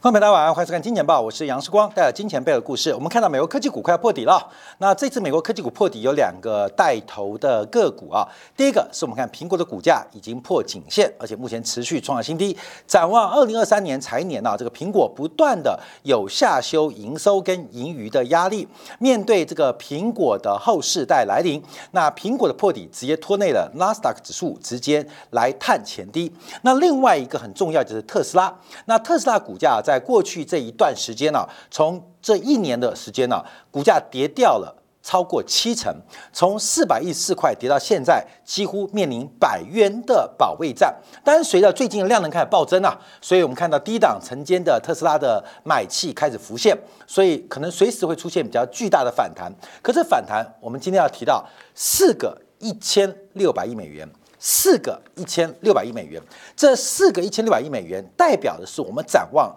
观众朋友大家晚上好，欢迎收看《金钱报》，我是杨世光，带来金钱背后的故事。我们看到美国科技股快要破底了。那这次美国科技股破底有两个带头的个股啊。第一个是我们看苹果的股价已经破颈线，而且目前持续创下新低。展望2023年财年啊，这个苹果不断的有下修营收跟盈余的压力。面对这个苹果的后世代来临，那苹果的破底直接拖累了纳斯达克指数，直接来探前低。那另外一个很重要就是特斯拉，那特斯拉股价在过去这一段时间啊，从这一年的时间啊，股价跌掉了超过70%，从414块跌到现在几乎面临100元的保卫战。但是随着最近的量能开始暴增啊，所以我们看到低档承接的特斯拉的买气开始浮现，所以可能随时会出现比较巨大的反弹。可是反弹，我们今天要提到4个1600亿美元。4个1600亿美元，这4个1600亿美元代表的是我们展望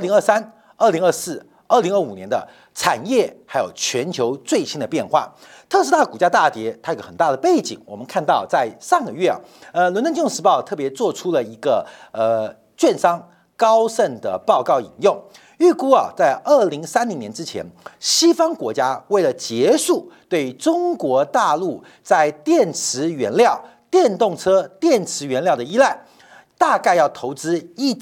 2023、2024、2025年的产业还有全球最新的变化。特斯拉股价大跌，它有个很大的背景，我们看到在上个月啊，伦敦金融时报特别做出了一个券商高盛的报告引用。预估啊，在2030年之前，西方国家为了结束对中国大陆在电池原料、电动车电池原料的依赖，大概要投资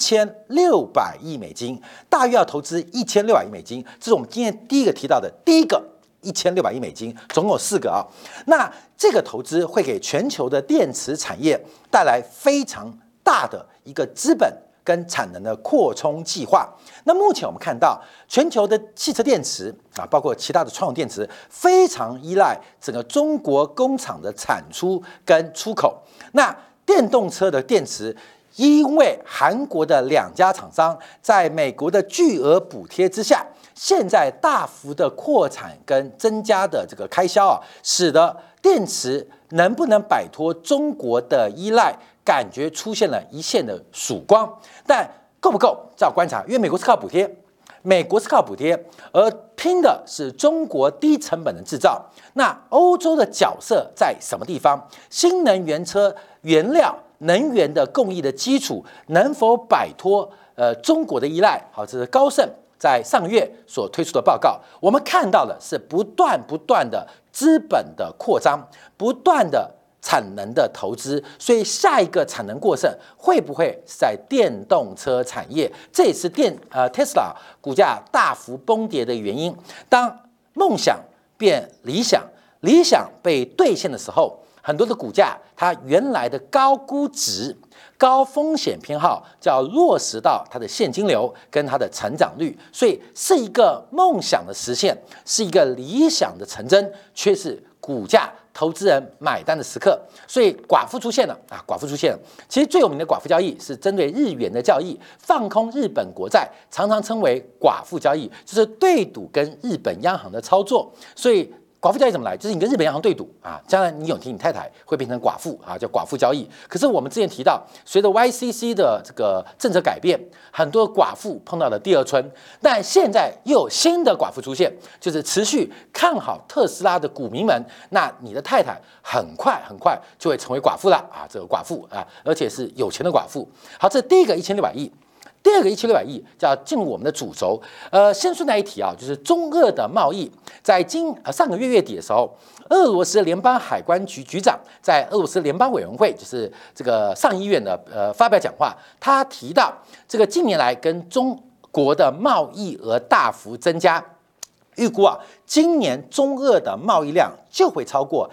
1600亿美金，大约要投资1600亿美金。这是我们今天第一个提到的第一个1600亿美金，总共有4个啊。那这个投资会给全球的电池产业带来非常大的一个资本跟产能的扩充计划。那目前我们看到全球的汽车电池啊，包括其他的创用电池，非常依赖整个中国工厂的产出跟出口。那电动车的电池，因为韩国的2家厂商在美国的巨额补贴之下，现在大幅的扩产跟增加的这个开销啊，使得电池能不能摆脱中国的依赖，感觉出现了一线的曙光。但够不够，这要观察，因为美国是靠补贴，而拼的是中国低成本的制造。那欧洲的角色在什么地方？新能源车原料能源的供应的基础能否摆脱中国的依赖？好，这是高盛在上个月所推出的报告。我们看到的是不断的资本的扩张，不断的产能的投资，所以下一个产能过剩会不会是在电动车产业？这也是Tesla 股价大幅崩跌的原因。当梦想变理想，理想被兑现的时候，很多的股价它原来的高估值、高风险偏好，就要落实到它的现金流跟它的成长率，所以是一个梦想的实现，是一个理想的成真，却是股价投资人买单的时刻。所以寡妇出现了啊，寡妇出现了。其实最有名的寡妇交易是针对日元的交易，放空日本国债，常常称为寡妇交易，就是对赌跟日本央行的操作。所以寡妇交易怎么来？就是你跟日本央行对赌啊，将来你有听你太太会变成寡妇啊，叫寡妇交易。可是我们之前提到，随着 YCC 的这个政策改变，很多寡妇碰到了第二春，但现在又有新的寡妇出现，就是持续看好特斯拉的股民们，那你的太太很快就会成为寡妇了啊，这个寡妇啊，而且是有钱的寡妇。好，这第一个1600亿。第二个1600亿就要进入我们的主轴。先顺带一提啊，就是中俄的贸易，在上个月月底的时候，俄罗斯联邦海关局局长在俄罗斯联邦委员会，就是这个上议院的发表讲话，他提到这个近年来跟中国的贸易额大幅增加。预估啊，今年中俄的贸易量就会超过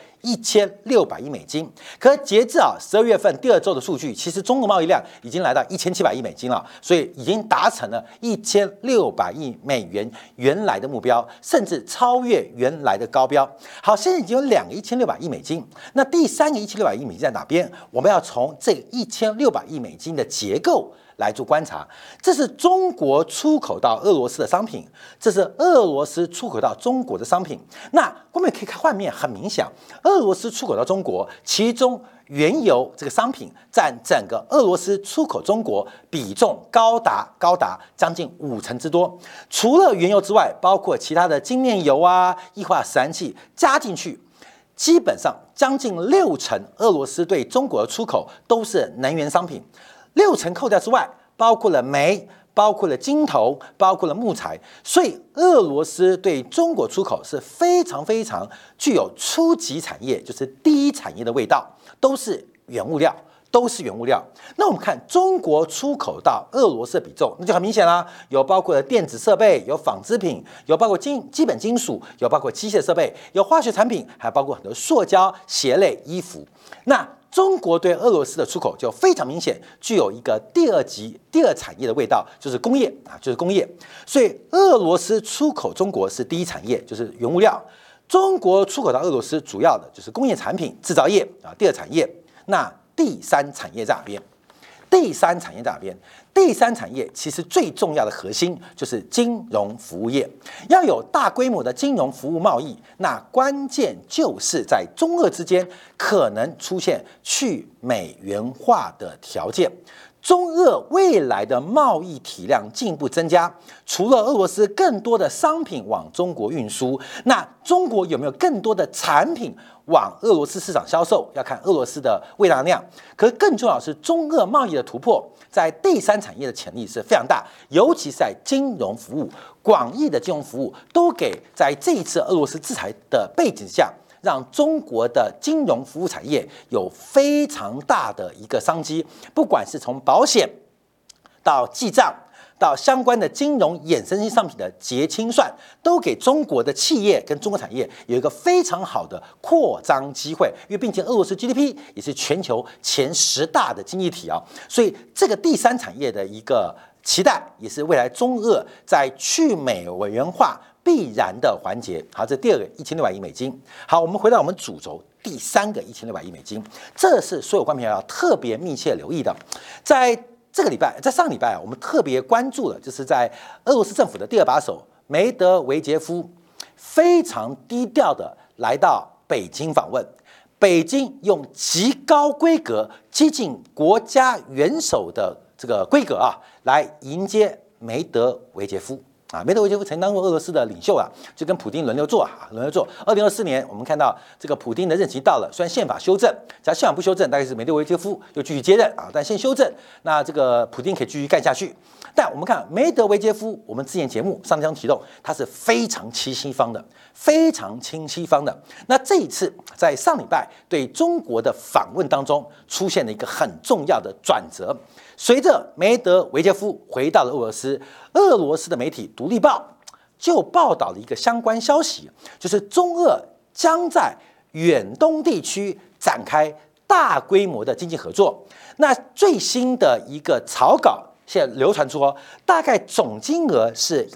1600亿美金。可是截至12月份第2周的数据，其实中俄贸易量已经来到1700亿美金了，所以已经达成了1600亿美元原来的目标，甚至超越原来的高标。好，现在已经有2个1600亿美金，那第3个1600亿美金在哪边？我们要从这个1600亿美金的结构来做观察。这是中国出口到俄罗斯的商品，这是俄罗斯出口到中国的商品。那我们也可以看画面，很明显，俄罗斯出口到中国，其中原油这个商品占整个俄罗斯出口中国比重高达将近50%之多。除了原油之外，包括其他的精炼油啊、液化石燃气加进去，基本上将近60%俄罗斯对中国的出口都是能源商品。60%扣掉之外，包括了煤， 包括了金头，包括了木材，所以俄罗斯对中国出口是非常非常具有初级产业，就是第一产业的味道，都是原物料。都是原物料。那我们看中国出口到俄罗斯的比重，那就很明显啦，有包括了电子设备，有纺织品，有包括基本金属，有包括机械设备，有化学产品，还包括很多塑胶、鞋类、衣服。那中国对俄罗斯的出口就非常明显，具有一个第二产业的味道，就是工业啊，就是工业。所以俄罗斯出口中国是第一产业，就是原物料。中国出口到俄罗斯主要的就是工业产品、制造业啊，第二产业。那第三产业在哪边？第三产业在哪边？第三产业其实最重要的核心就是金融服务业，要有大规模的金融服务贸易，那关键就是在中俄之间可能出现去美元化的条件。中俄未来的贸易体量进一步增加，除了俄罗斯更多的商品往中国运输，那中国有没有更多的产品往俄罗斯市场销售？要看俄罗斯的未来量。可是更重要的是，中俄贸易的突破，在第三产业的潜力是非常大，尤其是在金融服务、广义的金融服务，都给在这一次俄罗斯制裁的背景下，让中国的金融服务产业有非常大的一个商机，不管是从保险到记账，到相关的金融衍生性商品的结清算，都给中国的企业跟中国产业有一个非常好的扩张机会。因为并且俄罗斯 GDP 也是全球前10大的经济体啊，所以这个第三产业的一个期待，也是未来中俄在去美元化必然的环节。好，这第二个1600亿美金。好，我们回到我们主轴，第三个1600亿美金，这是所有观众要特别密切留意的。在这个礼拜，在上个礼拜啊，我们特别关注了，就是在俄罗斯政府的第二把手梅德韦杰夫非常低调的来到北京访问。北京用极高规格、接近国家元首的这个规格啊，来迎接梅德韦杰夫。梅德韦杰夫曾当过俄罗斯的领袖啊，就跟普丁轮流做。2024年，我们看到这个普丁的任期到了，虽然宪法修正，只要宪法不修正，大概是梅德韦杰夫又继续接任啊。但先修正，那这个普丁可以继续干下去。但我们看梅德韦杰夫，我们之前节目上将提到，他是非常亲西方的，非常亲西方的。那这一次在上礼拜对中国的访问当中，出现了一个很重要的转折。随着梅德韦杰夫回到了俄罗斯，俄罗斯的媒体《独立报》就报道了一个相关消息，就是中俄将在远东地区展开大规模的经济合作。那最新的一个草稿现在流传出大概总金额是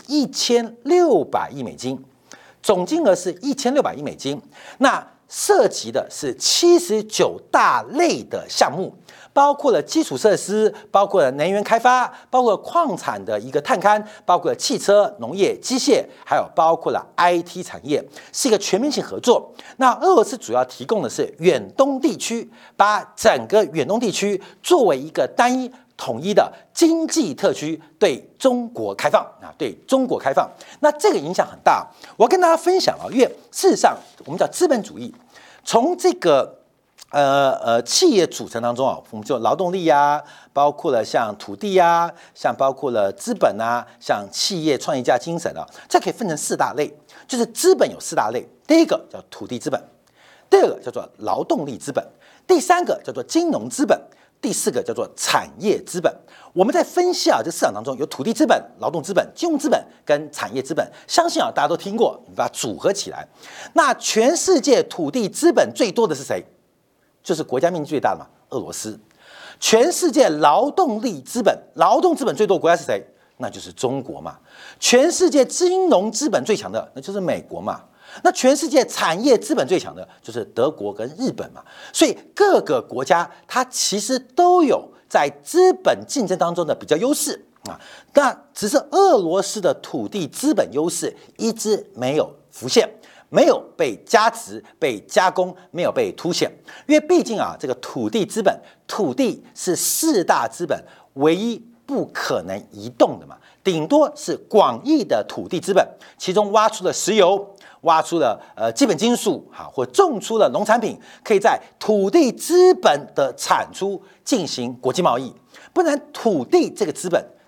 1600亿美金，总金额是1600亿美金。那涉及的是79大类的项目，包括了基础设施，包括了能源开发，包括了矿产的一个探勘，包括了汽车、农业、机械，还有包括了 IT 产业，是一个全面性合作。那俄罗斯主要提供的是远东地区，把整个远东地区作为一个单一统一的经济特区对中国开放啊，对中国开放，那这个影响很大。我要跟大家分享啊，因为事实上我们叫资本主义，从这个企业组成当中啊，我们就劳动力啊，包括了像土地啊，像包括了资本啊，像企业创业家精神啊，这可以分成4大类，就是资本有4大类，第一个叫土地资本，第二个叫做劳动力资本，第三个叫做金融资本。第4个叫做产业资本。我们在分析这市场当中有土地资本、劳动资本、金融资本跟产业资本，相信大家都听过，你把它组合起来。那全世界土地资本最多的是谁？就是国家面积最大的嘛，俄罗斯。全世界劳动力资本、劳动资本最多的国家是谁？那就是中国嘛。全世界金融资本最强的，那就是美国嘛。那全世界产业资本最强的就是德国跟日本嘛，所以各个国家它其实都有在资本竞争当中的比较优势啊，但只是俄罗斯的土地资本优势一直没有浮现，没有被加值、被加工，没有被凸显，因为毕竟这个土地资本，土地是4大资本唯一不可能移动的嘛，顶多是广义的土地资本，其中挖出了石油。挖出了基本金属，或种出了农产品，可以在土地资本的产出进行国际贸易。不然，土地这个资本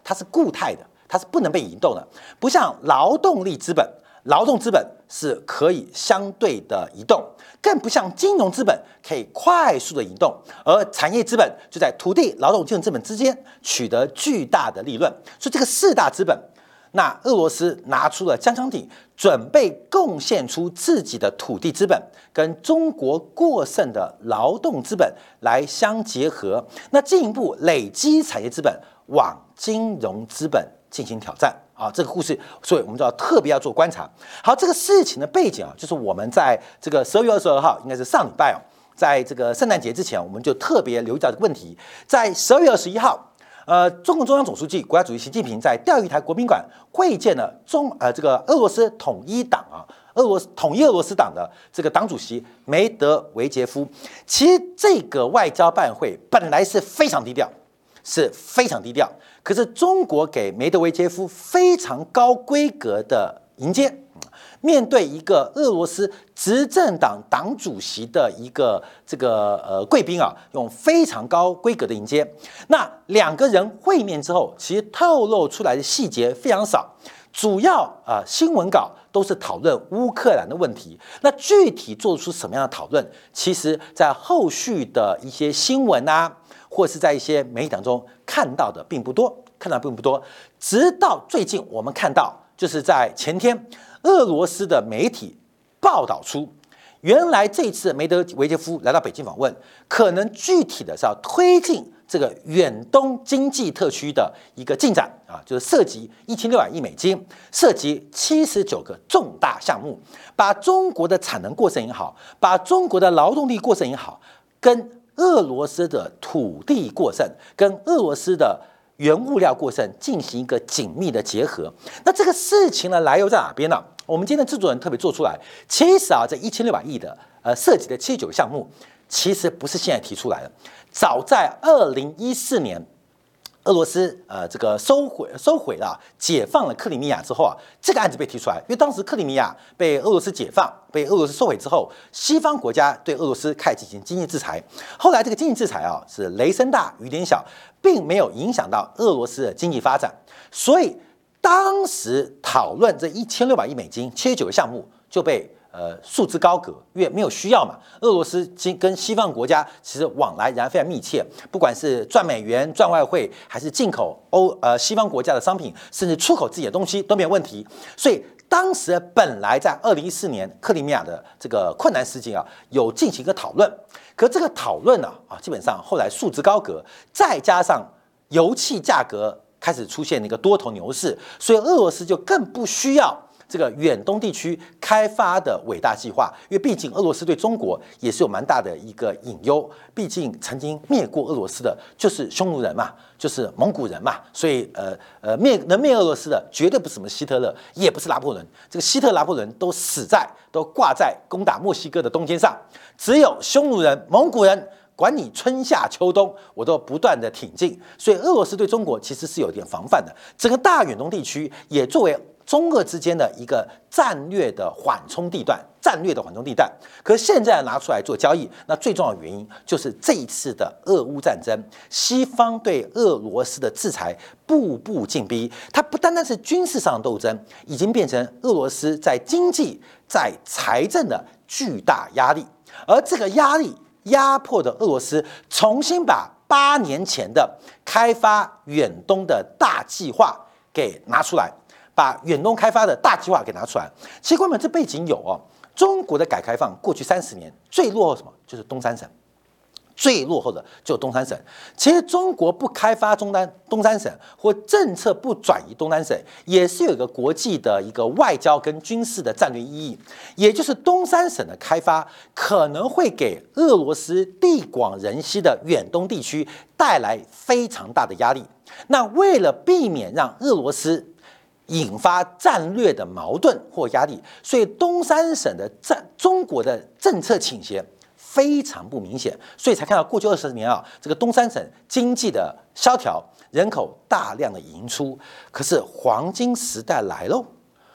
它是固态的，它是不能被移动的，不像劳动力资本。劳动资本是可以相对的移动，更不像金融资本可以快速的移动，而产业资本就在土地、劳动、金融资本之间取得巨大的利润。所以这个四大资本，那俄罗斯拿出了江枪底，准备贡献出自己的土地资本跟中国过剩的劳动资本来相结合，那进一步累积产业资本往金融资本进行挑战。这个故事，所以我们就要特别要做观察。好，这个事情的背景就是我们在这个12月22号，应该是上礼拜在这个圣诞节之前，我们就特别留意到这个问题。在12月21号，中共中央总书记、国家主席习近平在钓鱼台国宾馆会见了这个俄罗斯统一党统一俄罗斯党的这个党主席梅德韦杰夫。其实这个外交办会本来是非常低调，可是中国给梅德韦杰夫非常高规格的迎接，面对一个俄罗斯执政党党主席的一个贵宾用非常高规格的迎接。那两个人会面之后，其实透露出来的细节非常少，主要新闻稿都是讨论乌克兰的问题。那具体做出什么样的讨论，其实在后续的一些新闻或是在一些媒体当中看到的并不多，直到最近我们看到，就是在前天，俄罗斯的媒体报道出，原来这次梅德韦杰夫来到北京访问，可能具体的是要推进这个远东经济特区的一个进展就是涉及1600亿美金，涉及79个重大项目，把中国的产能过剩也好，把中国的劳动力过剩也好，跟俄罗斯的土地过剩跟俄罗斯的原物料过剩进行一个紧密的结合。那这个事情的来由在哪边呢？我们今天的制作人特别做出来，其实这1600亿的涉及的79个项目，其实不是现在提出来的，早在2014年。俄罗斯这个收回了解放了克里米亚之后这个案子被提出来，因为当时克里米亚被俄罗斯解放，被俄罗斯收回之后，西方国家对俄罗斯开始进行经济制裁。后来这个经济制裁是雷声大雨点小，并没有影响到俄罗斯的经济发展，所以当时讨论这1600亿美金79个项目就被束之高阁，因为没有需要嘛。俄罗斯跟西方国家其实往来仍然非常密切，不管是赚美元、赚外汇，还是进口西方国家的商品，甚至出口自己的东西都没有问题。所以当时本来在2014年克里米亚的这个困难时期有进行一个讨论，可这个讨论基本上后来束之高阁，再加上油气价格开始出现一个多头牛市，所以俄罗斯就更不需要这个远东地区开发的伟大计划，因为毕竟俄罗斯对中国也是有蛮大的一个隐忧，毕竟曾经灭过俄罗斯的就是匈奴人嘛，就是蒙古人嘛，所以能灭俄罗斯的绝对不是什么希特勒，也不是拿破仑，这个希特勒、拿破仑都挂在攻打墨西哥的冬肩上，只有匈奴人、蒙古人。管你春夏秋冬，我都不断的挺进，所以俄罗斯对中国其实是有点防范的。整个大远东地区也作为中俄之间的一个战略的缓冲地段，可是现在拿出来做交易，那最重要的原因就是这一次的俄乌战争，西方对俄罗斯的制裁步步进逼，它不单单是军事上的斗争，已经变成俄罗斯在经济、在财政的巨大压力，而这个压力压迫的俄罗斯重新把8年前的开发远东的大计划给拿出来，把远东开发的大计划给拿出来。其实关键这背景有中国的改革开放过去30年最落后什么？就是东三省。最落后的就是东三省。其实中国不开发东三省，或政策不转移东三省，也是有一个国际的一个外交跟军事的战略意义。也就是东三省的开发可能会给俄罗斯地广人稀的远东地区带来非常大的压力。那为了避免让俄罗斯引发战略的矛盾或压力，所以东三省的中国的政策倾斜非常不明显，所以才看到过去20年这个东三省经济的萧条，人口大量的移出。可是黄金时代来喽，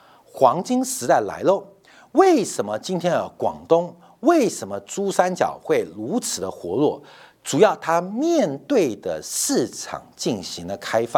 为什么今天的广东，为什么珠三角会如此的活络？主要它面对的市场进行了开放，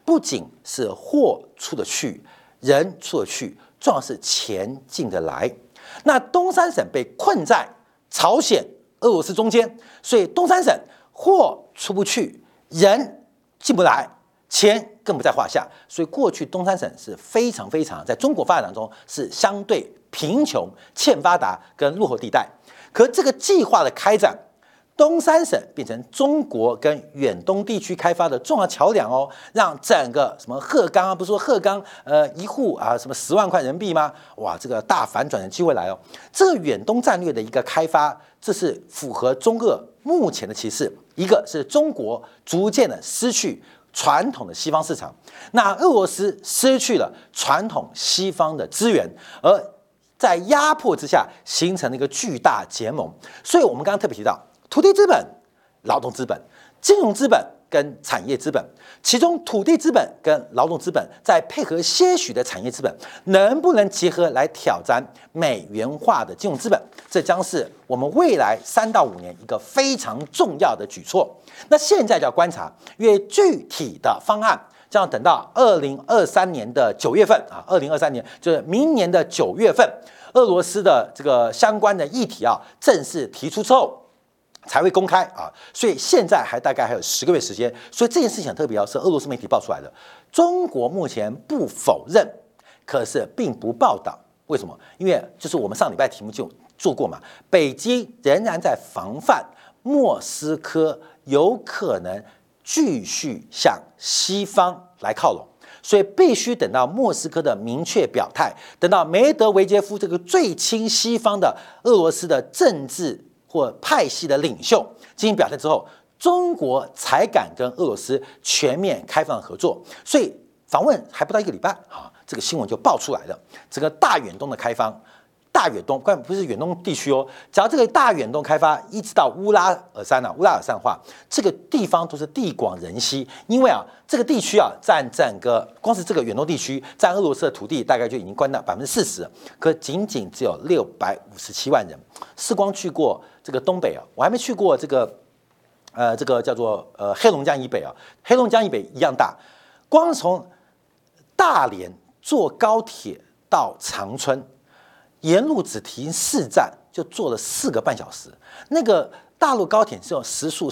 不仅是货出得去，人出得去，重要是钱进得来。那东三省被困在朝鲜、俄罗斯中间，所以东三省货出不去，人进不来，钱更不在话下。所以过去东三省是非常在中国发展当中是相对贫穷、欠发达跟落后地带。可这个计划的开展，东三省变成中国跟远东地区开发的重要桥梁哦，让整个什么鹤岗啊，不是说鹤岗一户啊什么10万块人民币吗？哇，这个大反转的机会来哦！这个远东战略的一个开发，这是符合中俄目前的趋势。一个是中国逐渐的失去传统的西方市场，那俄罗斯失去了传统西方的资源，而在压迫之下形成了一个巨大结盟。所以我们刚刚特别提到。土地资本、劳动资本、金融资本跟产业资本，其中土地资本跟劳动资本再配合些许的产业资本，能不能结合来挑战美元化的金融资本？这将是我们未来3到5年一个非常重要的举措。那现在就要观察，因为具体的方案将要等到2023年的9月份啊，2023年就是明年的9月份，俄罗斯的这个相关的议题啊正式提出之后。才会公开啊，所以现在大概还有10个月时间，所以这件事情很特别哦，是俄罗斯媒体爆出来的。中国目前不否认，可是并不报道。为什么？因为就是我们上礼拜题目就做过嘛，北京仍然在防范莫斯科有可能继续向西方来靠拢。所以必须等到莫斯科的明确表态，等到梅德韦杰夫这个最亲西方的俄罗斯的政治或派系的领袖进行表态之后，中国才敢跟俄罗斯全面开放合作。所以访问还不到1个礼拜啊，这个新闻就爆出来了。整个大远东的开放，大远东不是远东地区哦，只要这个大远东开发一直到乌拉尔山啊，乌拉尔山化这个地方都是地广人稀，因为啊这个地区啊占整个光是这个远东地区占俄罗斯的土地大概就已经关到40%，可仅仅只有657万人。世光去过这个东北啊，我还没去过这个这个叫做黑龙江以北啊，黑龙江以北一样大，光从大连坐高铁到长春。沿路只停4站，就坐了4个半小时。那个大陆高铁是用时速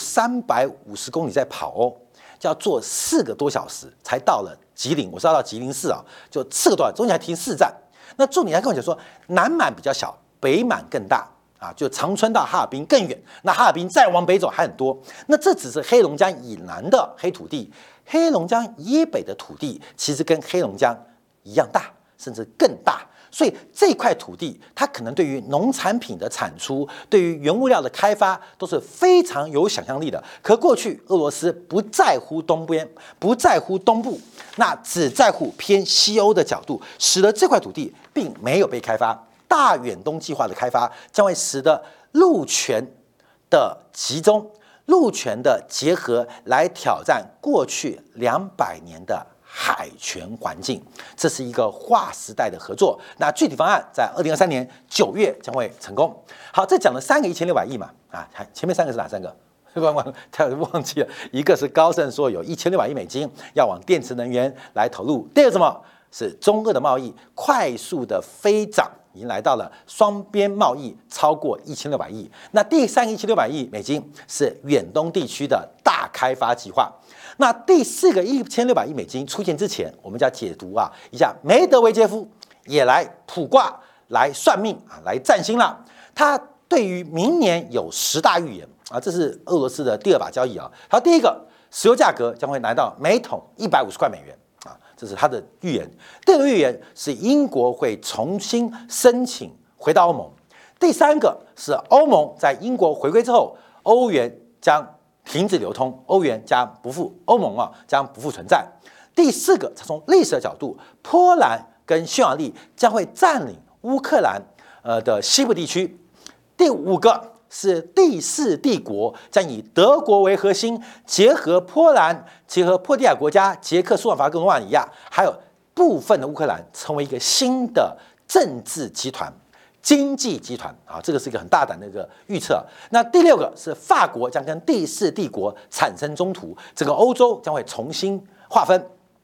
350公里在跑哦，就要坐4个多小时才到了吉林。我是要到吉林市啊，就4个多小时，中间还停4站。那重点还跟我讲说，南满比较小，北满更大啊，就长春到哈尔滨更远。那哈尔滨再往北走还很多。那这只是黑龙江以南的黑土地，黑龙江以北的土地其实跟黑龙江一样大，甚至更大。所以这块土地，它可能对于农产品的产出，对于原物料的开发，都是非常有想象力的。可过去俄罗斯不在乎东边，不在乎东部，那只在乎偏西欧的角度，使得这块土地并没有被开发。大远东计划的开发，将会使得陆权的集中、陆权的结合，来挑战过去200年的海权环境，这是一个划时代的合作。那具体方案在2023年9月将会成功。好，这讲了3个1600亿嘛，啊，前面3个是哪3个？忘记了，一个是高盛说有1600亿美金要往电池能源来投入，第二个什么？是中俄的贸易快速的飞涨，已经来到了双边贸易超过1600亿。那第3个1600亿美金是远东地区的大开发计划。那第4个1600亿美金出现之前，我们就要解读一下梅德韦杰夫也来卜卦、来算命来占星了。他对于明年有10大预言啊，这是俄罗斯的第2把交椅啊。他第一个，石油价格将会来到每桶150块美元啊，这是他的预言。第2个预言是英国会重新申请回到欧盟。第3个是欧盟在英国回归之后，欧元将停止流通，欧元将不复欧盟将不复存在。第4个，从历史的角度，波兰跟匈牙利将会占领乌克兰的西部地区。第5个是第4帝国将以德国为核心，结合波兰、结合波迪亚国家、捷克、斯洛伐克、罗马尼亚，还有部分的乌克兰，成为一个新的政治集团。经济集团啊，这个是一个很大胆的一个预测。那第6个是法国将跟第4帝国产生冲突，整个欧洲将会重新划分。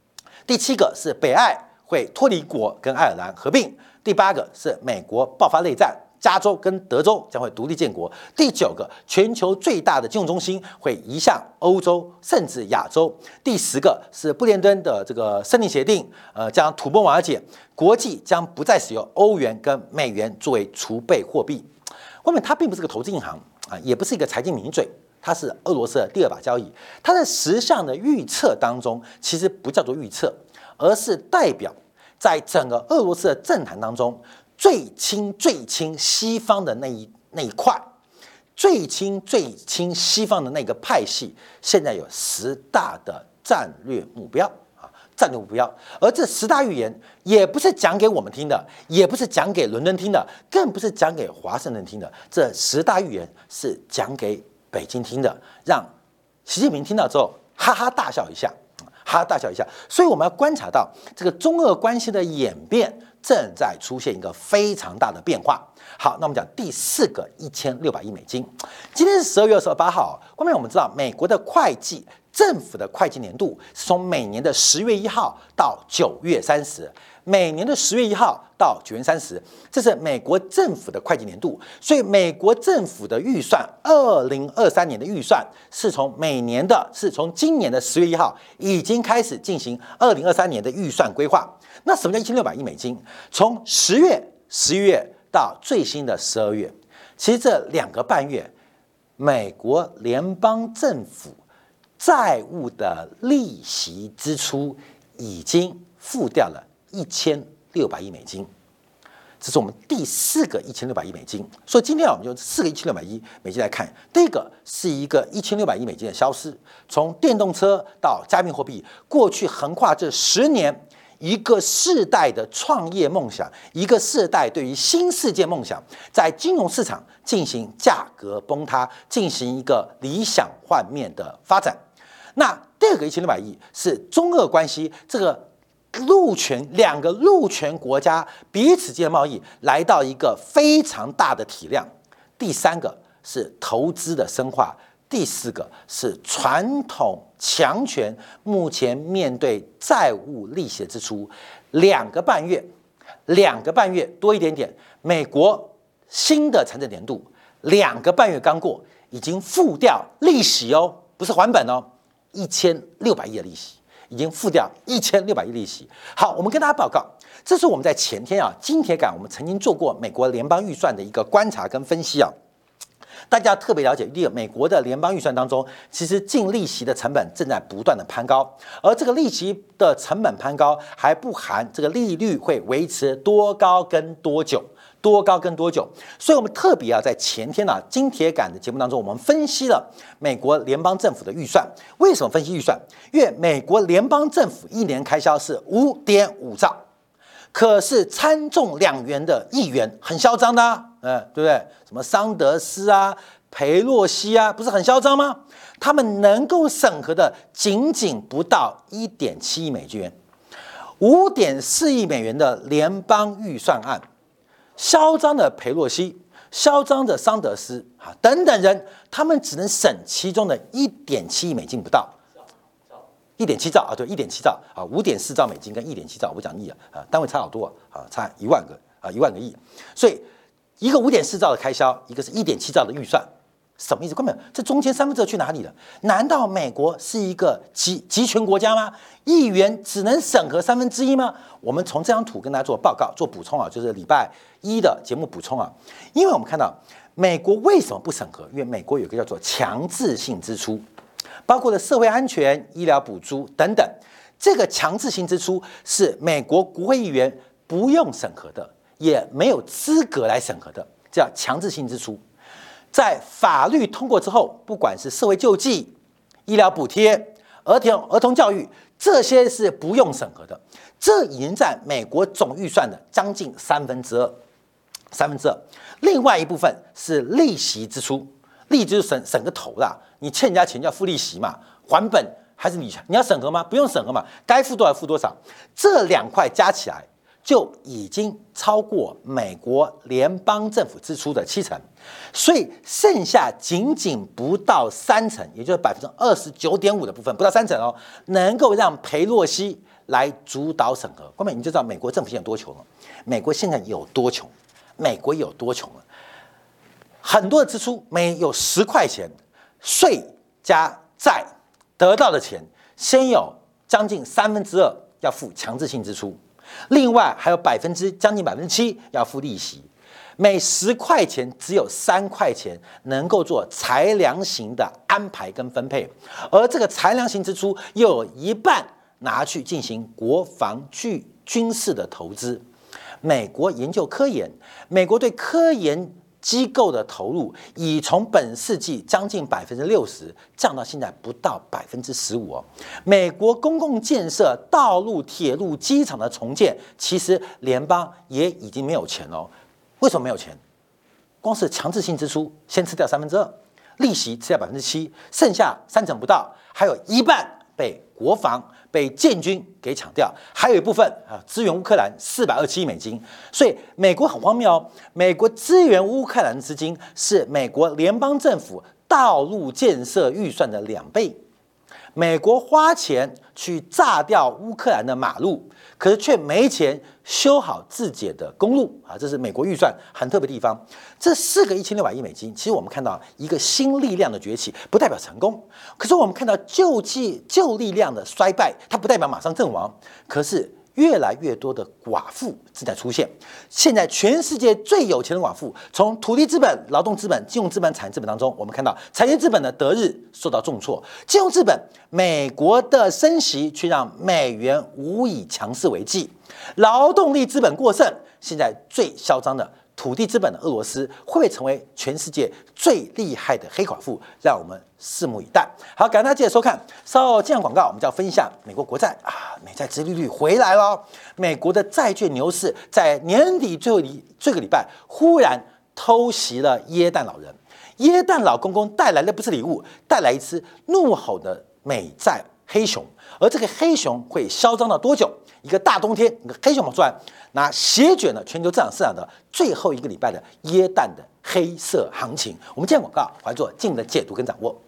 第7个是北爱会脱离国跟爱尔兰合并，第8个是美国爆发内战。加州跟德州将会独立建国。第9个，全球最大的金融中心会移向欧洲甚至亚洲。第10个是布列敦的这个森林协定，将土崩瓦解，国际将不再使用欧元跟美元作为储备货币。外面它并不是个投资银行啊，也不是一个财经名嘴，它是俄罗斯的第2把交椅。它在10项的预测当中，其实不叫做预测，而是代表在整个俄罗斯的政坛当中。最亲西方的那一块，最亲西方的那个派系，现在有10大的战略目标啊，战略目标。而这10大预言也不是讲给我们听的，也不是讲给伦敦听的，更不是讲给华盛顿听的。这10大预言是讲给北京听的，让习近平听到之后哈哈大笑一下，哈哈大笑一下。所以我们要观察到这个中俄关系的演变。正在出现一个非常大的变化。好，那我们讲第4个1600亿美金。今天是12月28号。外面我们知道，美国的会计政府的会计年度是从每年的10月1号到9月30，每年的10月1号到9月30，这是美国政府的会计年度。所以，美国政府的预算，2023年的预算是从今年的10月1号已经开始进行2023年的预算规划。那什么叫1600亿美金？从10月、11月到最新的12月，其实这2个半月，美国联邦政府债务的利息支出已经付掉了1600亿美金。这是我们第4个1600亿美金。所以今天我们就4个1600亿美金来看。第一个是一个1600亿美金的消失，从电动车到加密货币，过去横跨这10年。一个世代的创业梦想，一个世代对于新世界梦想，在金融市场进行价格崩塌，进行一个理想幻灭的发展。那第2个1600亿是中俄关系，这个2个陆权国家彼此间的贸易来到一个非常大的体量。第3个是投资的深化。第4个是传统强权目前面对债务利息的支出，2个半月多一点点。美国新的财政年度2个半月刚过，已经付掉利息哦，不是还本哦，1600亿的利息，已经付掉1600亿利息。好，我们跟大家报告，这是我们在前天金铁杆我们曾经做过美国联邦预算的一个观察跟分析啊。大家特别了解，第一，美国的联邦预算当中，其实净利息的成本正在不断的攀高，而这个利息的成本攀高还不含这个利率会维持多高跟多久。所以我们特别在前天金铁杆的节目当中，我们分析了美国联邦政府的预算。为什么分析预算？因为美国联邦政府1年开销是5.5兆。可是参众两院的议员很嚣张的对不对？什么桑德斯裴洛西不是很嚣张吗？他们能够审核的仅不到1.7亿美元，5.4亿美元的联邦预算案，嚣张的裴洛西、嚣张的桑德斯等等人，他们只能审其中的1.7亿美金不到。1.7兆对，1.7兆5.4兆美金跟1.7兆，我讲亿单位差好多差1万个亿，所以一个5.4兆的开销，一个是1.7兆的预算，什么意思？根本这中间2/3去哪里了？难道美国是一个集权国家吗？议员只能审核1/3吗？我们从这张图跟大家做报告做补充就是礼拜1的节目补充因为我们看到美国为什么不审核？因为美国有一个叫做强制性支出。包括了社会安全、医疗补助等等，这个强制性支出是美国国会议员不用审核的，也没有资格来审核的，叫强制性支出。在法律通过之后，不管是社会救济、医疗补贴、儿童教育，这些是不用审核的。这已经占美国总预算的将近2/3。另外一部分是利息支出，利息就是审个头啦。你欠人家钱就要付利息嘛，还本还是你要审核吗？不用审核嘛，该付多少付多少。这2块加起来就已经超过美国联邦政府支出的70%，所以剩下仅不到30%，也就是29.5%的部分，不到30%能够让裴洛西来主导审核。关键你就知道美国政府现在有多穷了。美国现在有多穷？美国有多穷了？很多的支出，每有10块钱，税加债得到的钱，先有将近2/3要付强制性支出，另外还有将近7%要付利息。每10块钱只有3块钱能够做裁量型的安排跟分配，而这个裁量型支出又有一半拿去进行国防军事的投资。美国研究科研，美国对科研机构的投入已从本世纪将近60%降到现在不到15%哦。美国公共建设、道路、铁路、机场的重建，其实联邦也已经没有钱了。为什么没有钱？光是强制性支出先吃掉2/3，利息吃掉7%，剩下30%不到，还有一半被国防、被建军给抢掉，还有一部分支援乌克兰427亿美金。所以美国很荒谬哦，美国支援乌克兰的资金是美国联邦政府道路建设预算的2倍。美国花钱去炸掉乌克兰的马路，可是却没钱修好自己的公路啊！这是美国预算很特别的地方。这4个1600亿美金，其实我们看到一个新力量的崛起，不代表成功。可是我们看到旧力量的衰败，它不代表马上阵亡。可是越来越多的寡妇正在出现。现在全世界最有钱的寡妇，从土地资本、劳动资本、金融资本、产业资本当中，我们看到产业资本的得日受到重挫，金融资本美国的升息却让美元无以强势为继，劳动力资本过剩，现在最嚣张的土地资本的俄罗斯会不会成为全世界最厉害的黑寡妇？让我们拭目以待。好，感谢大家记得收看。稍后进场广告，我们就要分析一下美国国债美债殖利率回来了。美国的债券牛市在年底这个礼拜忽然偷袭了耶诞老人。耶诞老公公带来的不是礼物，带来一只怒吼的美债黑熊。而这个黑熊会嚣张到多久？一个大冬天，一个黑熊跑出来，那席卷了全球资产市场的最后一个礼拜的耶诞的黑色行情。我们见广告，来做进一步的解读跟掌握。